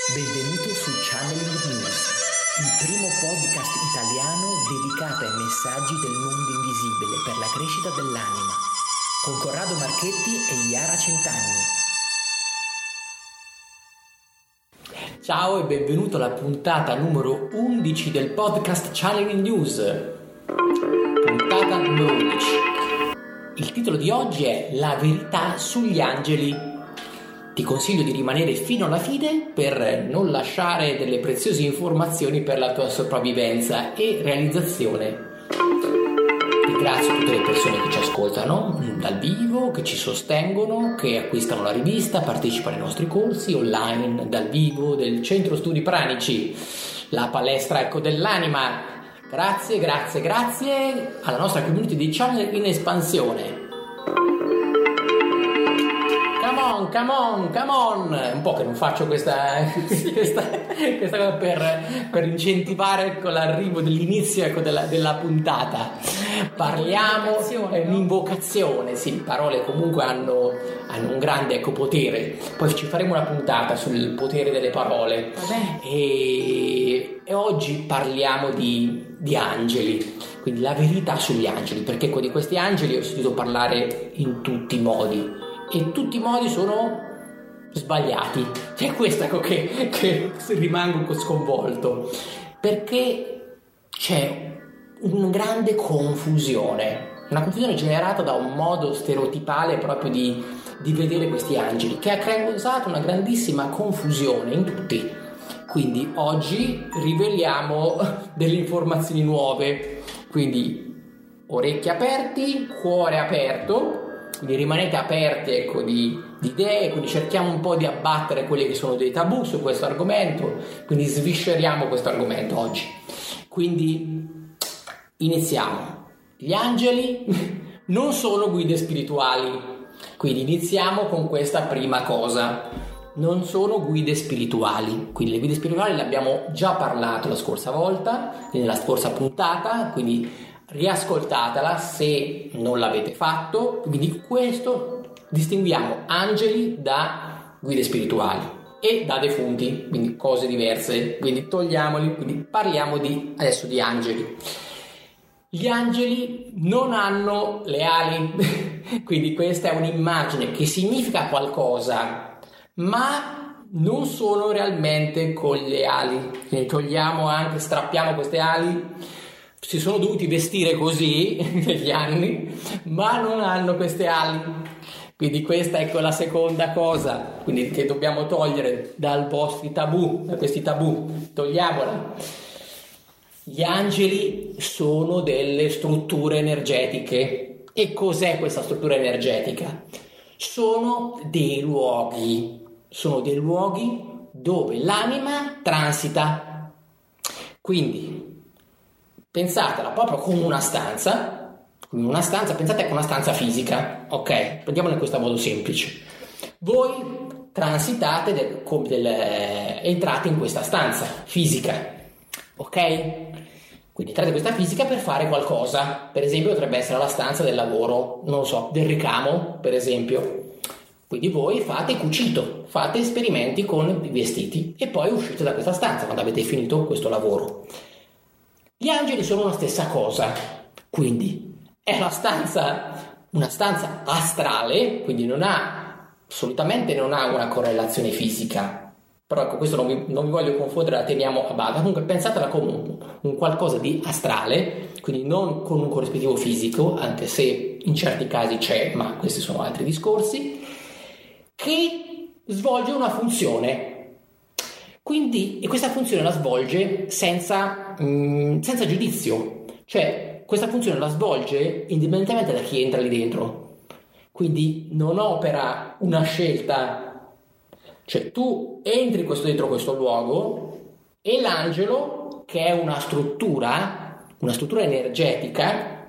Benvenuto su Channeling News, il primo podcast italiano dedicato ai messaggi del mondo invisibile per la crescita dell'anima, con Corrado Marchetti e Iara Centanni. Ciao e benvenuto alla puntata numero 11 del podcast Channeling News. Puntata numero 11. Il titolo di oggi è La verità sugli angeli. Ti consiglio di rimanere fino alla fine per non lasciare delle preziose informazioni per la tua sopravvivenza e realizzazione. Ringrazio tutte le persone che ci ascoltano dal vivo, che ci sostengono, che acquistano la rivista, partecipano ai nostri corsi online dal vivo del Centro Studi Pranici, la palestra dell'anima. Grazie alla nostra community di channel in espansione. Come on! Un po' che non faccio questa cosa per incentivare l'arrivo dell'inizio della puntata. Parliamo, è un'invocazione, sì, parole comunque hanno un grande potere. Poi ci faremo una puntata sul potere delle parole. E oggi parliamo di angeli, quindi la verità sugli angeli, perché di questi angeli ho sentito parlare in tutti i modi. E tutti i modi sono sbagliati. È questa che rimango sconvolto, perché c'è una grande confusione generata da un modo stereotipale proprio di vedere questi angeli, che ha causato una grandissima confusione in tutti. Quindi oggi riveliamo delle informazioni nuove, quindi orecchi aperti, cuore aperto. Quindi rimanete aperti di idee, quindi cerchiamo un po' di abbattere quelli che sono dei tabù su questo argomento, quindi svisceriamo questo argomento oggi. Quindi iniziamo. Gli angeli non sono guide spirituali, quindi iniziamo con questa prima cosa. Non sono guide spirituali, quindi le guide spirituali le abbiamo già parlato la scorsa volta, nella scorsa puntata, quindi riascoltatela se non l'avete fatto. Quindi questo distinguiamo angeli da guide spirituali e da defunti, quindi cose diverse, quindi togliamoli, quindi parliamo adesso di angeli. Gli angeli non hanno le ali quindi questa è un'immagine che significa qualcosa, ma non sono realmente con le ali. Quindi strappiamo queste ali. Si sono dovuti vestire così negli anni, ma non hanno queste ali. Quindi questa è la seconda cosa, quindi che dobbiamo togliere da questi tabù, togliamola. Gli angeli sono delle strutture energetiche. E cos'è questa struttura energetica? Sono dei luoghi dove l'anima transita. Quindi pensatela proprio come una stanza, pensate che una stanza fisica, ok? Prendiamola in questo modo semplice. Voi transitate, entrate in questa stanza fisica, ok? Quindi entrate in questa fisica per fare qualcosa, per esempio potrebbe essere la stanza del lavoro, non lo so, del ricamo, per esempio. Quindi voi fate cucito, fate esperimenti con i vestiti e poi uscite da questa stanza quando avete finito questo lavoro. Gli angeli sono la stessa cosa, quindi è una stanza astrale, quindi assolutamente non ha una correlazione fisica, però questo non vi voglio confondere, la teniamo a bada. Comunque pensatela come un qualcosa di astrale, quindi non con un corrispettivo fisico, anche se in certi casi c'è, ma questi sono altri discorsi, che svolge una funzione. Quindi, e questa funzione la svolge senza giudizio, cioè questa funzione la svolge indipendentemente da chi entra lì dentro, quindi non opera una scelta, cioè tu entri dentro questo luogo e l'angelo, che è una struttura energetica,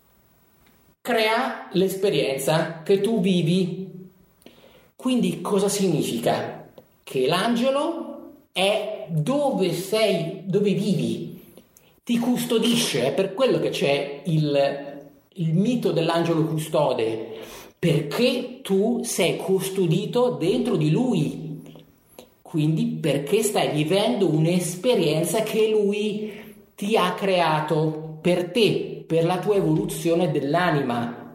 crea l'esperienza che tu vivi. Quindi cosa significa? Che l'angelo è dove vivi, ti custodisce. È per quello che c'è il mito dell'angelo custode, perché tu sei custodito dentro di lui. Quindi perché stai vivendo un'esperienza che lui ti ha creato per te, per la tua evoluzione dell'anima.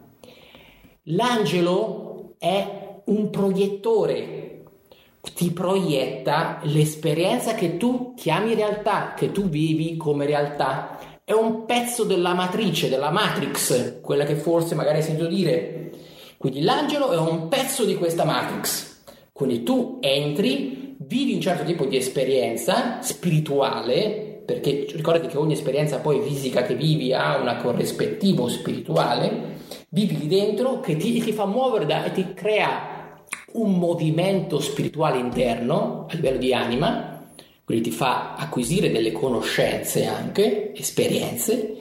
L'angelo è un proiettore, ti proietta l'esperienza che tu chiami realtà, che tu vivi come realtà. È un pezzo della matrice, della Matrix, quella che forse magari hai sentito dire. Quindi l'angelo è un pezzo di questa Matrix. Quindi tu entri, vivi un certo tipo di esperienza spirituale, perché ricordati che ogni esperienza poi fisica che vivi ha un corrispettivo spirituale, vivi lì dentro che ti fa muovere e ti crea un movimento spirituale interno a livello di anima, quindi ti fa acquisire delle conoscenze anche, esperienze,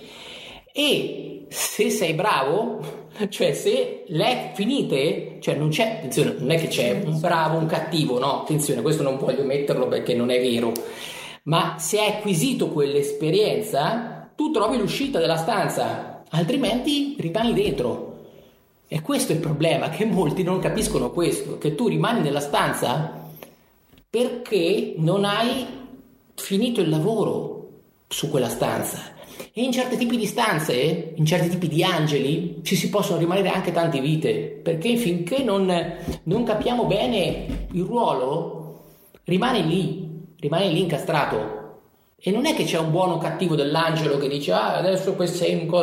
e se sei bravo, cioè se le finite, cioè non c'è, attenzione, non è che c'è un bravo, un cattivo, no, attenzione, questo non voglio metterlo perché non è vero, ma se hai acquisito quell'esperienza, tu trovi l'uscita della stanza, altrimenti rimani dentro. E questo è il problema, che molti non capiscono questo, che tu rimani nella stanza perché non hai finito il lavoro su quella stanza. E in certi tipi di stanze, in certi tipi di angeli, ci si possono rimanere anche tante vite, perché finché non capiamo bene il ruolo, rimane lì incastrato. E non è che c'è un buono o cattivo dell'angelo che dice adesso questo sei un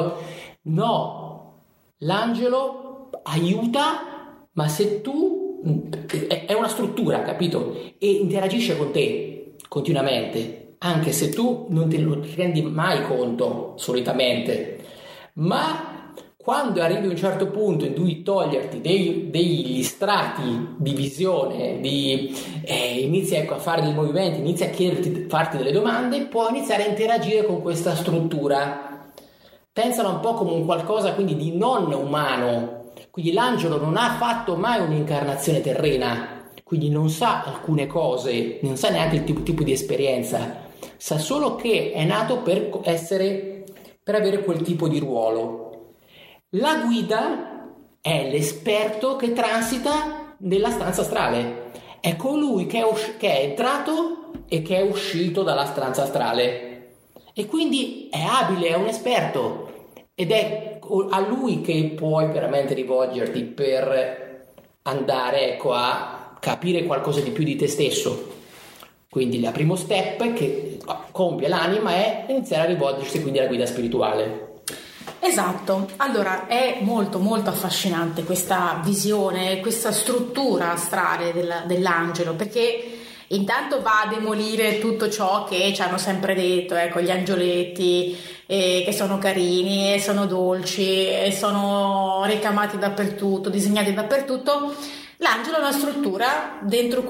no, l'angelo aiuta, ma se tu è una struttura, capito? E interagisce con te continuamente, anche se tu non te lo rendi mai conto solitamente, ma quando arrivi a un certo punto in cui toglierti degli strati di visione, inizi a fare dei movimenti, inizi a farti delle domande, puoi iniziare a interagire con questa struttura. Pensala un po' come un qualcosa quindi di non umano. Quindi l'angelo non ha fatto mai un'incarnazione terrena, quindi non sa alcune cose, non sa neanche il tipo di esperienza, sa solo che è nato per avere quel tipo di ruolo. La guida è l'esperto che transita nella stanza astrale, è colui che è entrato e che è uscito dalla stanza astrale, e quindi è abile, è un esperto, ed è a lui che puoi veramente rivolgerti per andare a capire qualcosa di più di te stesso. Quindi il primo step che compie l'anima è iniziare a rivolgersi quindi alla guida spirituale. Esatto, allora è molto molto affascinante questa visione, questa struttura astrale dell'angelo, perché intanto va a demolire tutto ciò che ci hanno sempre detto, ecco, gli angioletti che sono carini e sono dolci e sono ricamati dappertutto, disegnati dappertutto. L'angelo è una struttura dentro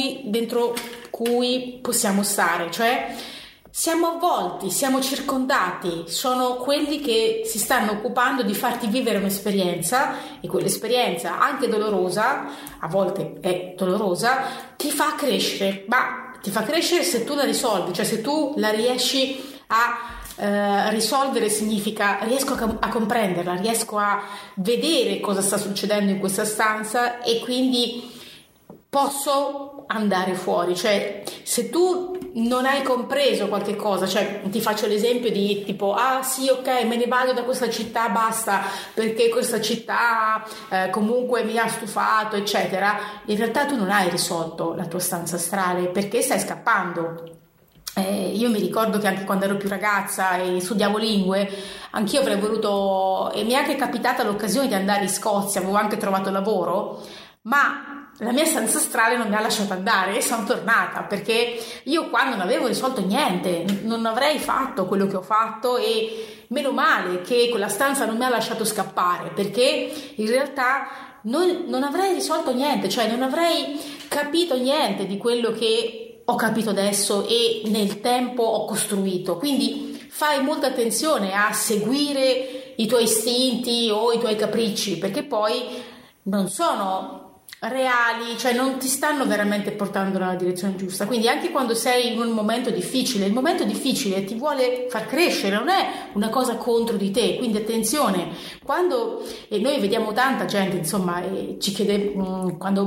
cui possiamo stare, cioè siamo avvolti, siamo circondati, sono quelli che si stanno occupando di farti vivere un'esperienza, e quell'esperienza, anche dolorosa, a volte è dolorosa, ti fa crescere, ma ti fa crescere se tu la risolvi, cioè se tu la riesci a risolvere, significa riesco a comprenderla, riesco a vedere cosa sta succedendo in questa stanza e quindi posso andare fuori. Cioè se tu non hai compreso qualche cosa, cioè ti faccio l'esempio di tipo sì, ok, me ne vado da questa città, basta, perché questa città comunque mi ha stufato, eccetera, in realtà tu non hai risolto la tua stanza astrale perché stai scappando. Io mi ricordo che anche quando ero più ragazza e studiavo lingue, anch'io avrei voluto, e mi è anche capitata l'occasione di andare in Scozia, avevo anche trovato lavoro, ma la mia stanza astrale non mi ha lasciato andare e sono tornata, perché io qua non avevo risolto niente, non avrei fatto quello che ho fatto, e meno male che quella stanza non mi ha lasciato scappare, perché in realtà non avrei risolto niente, cioè non avrei capito niente di quello che ho capito adesso e nel tempo ho costruito. Quindi fai molta attenzione a seguire i tuoi istinti o i tuoi capricci, perché poi non sono reali, cioè non ti stanno veramente portando nella direzione giusta. Quindi anche quando sei in un momento difficile, il momento difficile ti vuole far crescere, non è una cosa contro di te, quindi attenzione. Quando noi vediamo tanta gente, insomma, ci chiede quando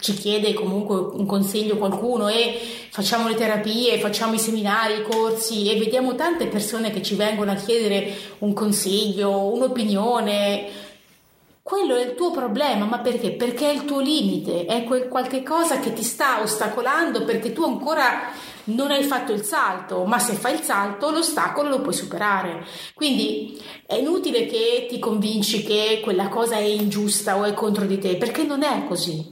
ci chiede comunque un consiglio qualcuno e facciamo le terapie, facciamo i seminari, i corsi e vediamo tante persone che ci vengono a chiedere un consiglio, un'opinione. Quello è il tuo problema, ma perché? Perché è il tuo limite, è qualche cosa che ti sta ostacolando perché tu ancora non hai fatto il salto, ma se fai il salto l'ostacolo lo puoi superare. Quindi è inutile che ti convinci che quella cosa è ingiusta o è contro di te, perché non è così.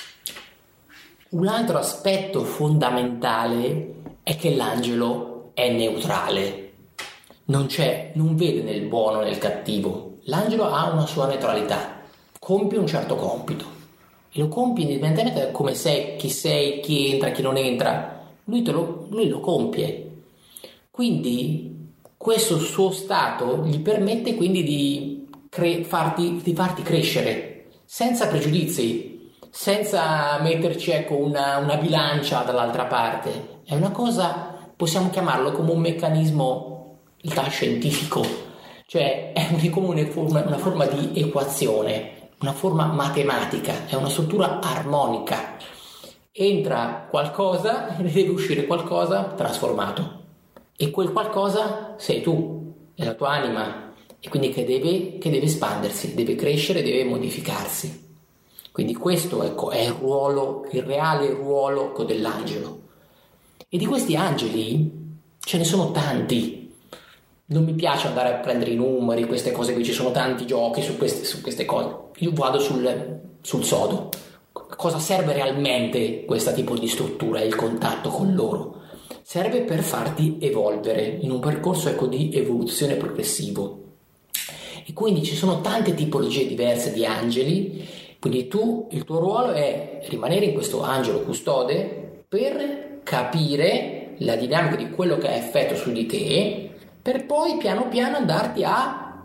Un altro aspetto fondamentale è che l'angelo è neutrale, non vede nel buono e nel cattivo. L'angelo ha una sua neutralità, compie un certo compito e lo compie indipendentemente da come sei, chi entra, chi non entra, lui lo compie. Quindi questo suo stato gli permette quindi di farti crescere senza pregiudizi, senza metterci una bilancia dall'altra parte. È una cosa, possiamo chiamarlo come un meccanismo in realtà scientifico. Cioè è una forma di equazione, una forma matematica, è una struttura armonica. Entra qualcosa e deve uscire qualcosa trasformato. E quel qualcosa sei tu, è la tua anima, e quindi che deve espandersi, deve crescere, deve modificarsi. Quindi questo è il reale ruolo dell'angelo. E di questi angeli ce ne sono tanti. Non mi piace andare a prendere i numeri, queste cose qui, ci sono tanti giochi su queste cose. Io vado sul sodo. Cosa serve realmente questo tipo di struttura, il contatto con loro? Serve per farti evolvere in un percorso di evoluzione progressivo. E quindi ci sono tante tipologie diverse di angeli, quindi il tuo ruolo è rimanere in questo angelo custode per capire la dinamica di quello che ha effetto su di te, per poi piano piano andarti a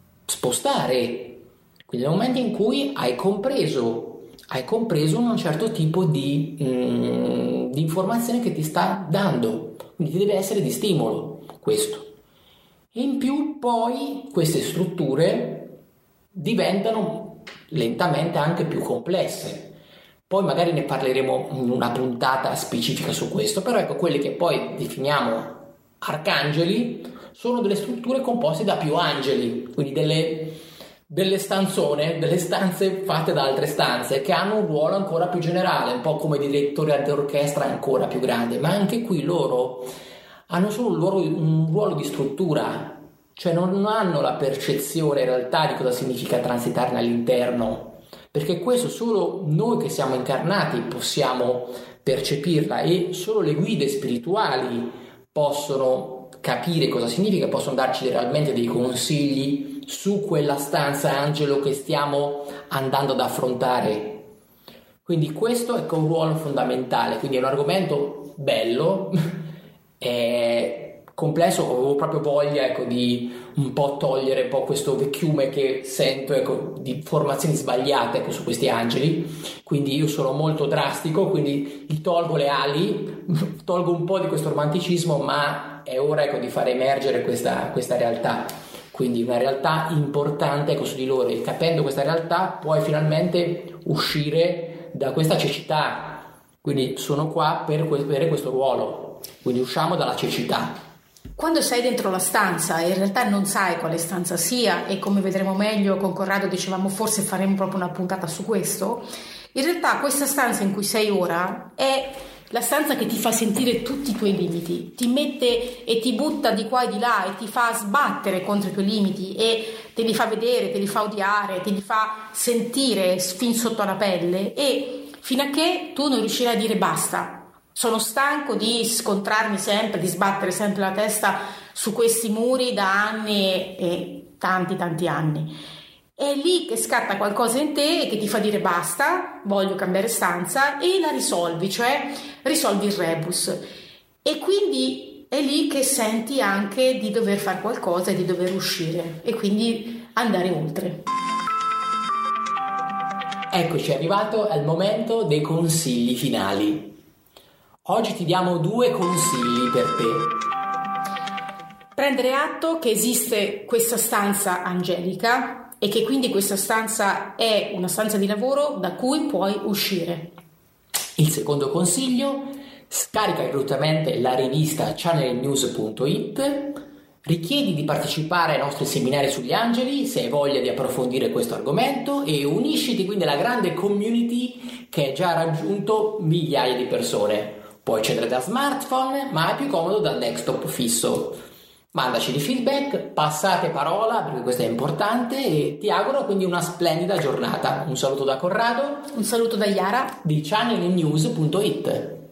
spostare. Quindi nel momento in cui hai compreso un certo tipo di informazione che ti sta dando, quindi ti deve essere di stimolo questo. E in più poi queste strutture diventano lentamente anche più complesse. Poi magari ne parleremo in una puntata specifica su questo, però ecco, quelli che poi definiamo arcangeli sono delle strutture composte da più angeli, quindi delle stanze fatte da altre stanze che hanno un ruolo ancora più generale, un po' come direttori d'orchestra ancora più grande, ma anche qui loro hanno solo un ruolo di struttura, cioè non hanno la percezione in realtà di cosa significa transitarne all'interno, perché questo solo noi che siamo incarnati possiamo percepirla e solo le guide spirituali possono capire cosa significa, possono darci realmente dei consigli su quella stanza angelo che stiamo andando ad affrontare. Quindi questo è un ruolo fondamentale, quindi è un argomento bello, è complesso, avevo proprio voglia di un po' togliere un po' questo vecchiume che sento di informazioni sbagliate su questi angeli, quindi io sono molto drastico, quindi gli tolgo le ali, tolgo un po' di questo romanticismo, ma è ora di far emergere questa realtà, quindi una realtà importante su di loro, e capendo questa realtà puoi finalmente uscire da questa cecità, quindi sono qua per avere questo ruolo, quindi usciamo dalla cecità. Quando sei dentro la stanza e in realtà non sai quale stanza sia, e come vedremo meglio con Corrado dicevamo forse faremo proprio una puntata su questo, in realtà questa stanza in cui sei ora è la stanza che ti fa sentire tutti i tuoi limiti, ti mette e ti butta di qua e di là e ti fa sbattere contro i tuoi limiti e te li fa vedere, te li fa odiare, te li fa sentire fin sotto la pelle, e fino a che tu non riuscirai a dire basta. Sono stanco di scontrarmi sempre, di sbattere sempre la testa su questi muri da anni e tanti anni. È lì che scatta qualcosa in te e che ti fa dire basta, voglio cambiare stanza, e la risolvi, cioè risolvi il rebus. E quindi è lì che senti anche di dover fare qualcosa e di dover uscire e quindi andare oltre. Eccoci, è arrivato al momento dei consigli finali. Oggi ti diamo 2 consigli per te. Prendere atto che esiste questa stanza angelica e che quindi questa stanza è una stanza di lavoro da cui puoi uscire. Il secondo consiglio: scarica gratuitamente la rivista channelnews.it, richiedi di partecipare ai nostri seminari sugli angeli se hai voglia di approfondire questo argomento e unisciti quindi alla grande community che ha già raggiunto migliaia di persone. Puoi accedere da smartphone, ma è più comodo dal desktop fisso. Mandaci di feedback, passate parola perché questo è importante e ti auguro quindi una splendida giornata. Un saluto da Corrado, un saluto da Iara di channelnews.it.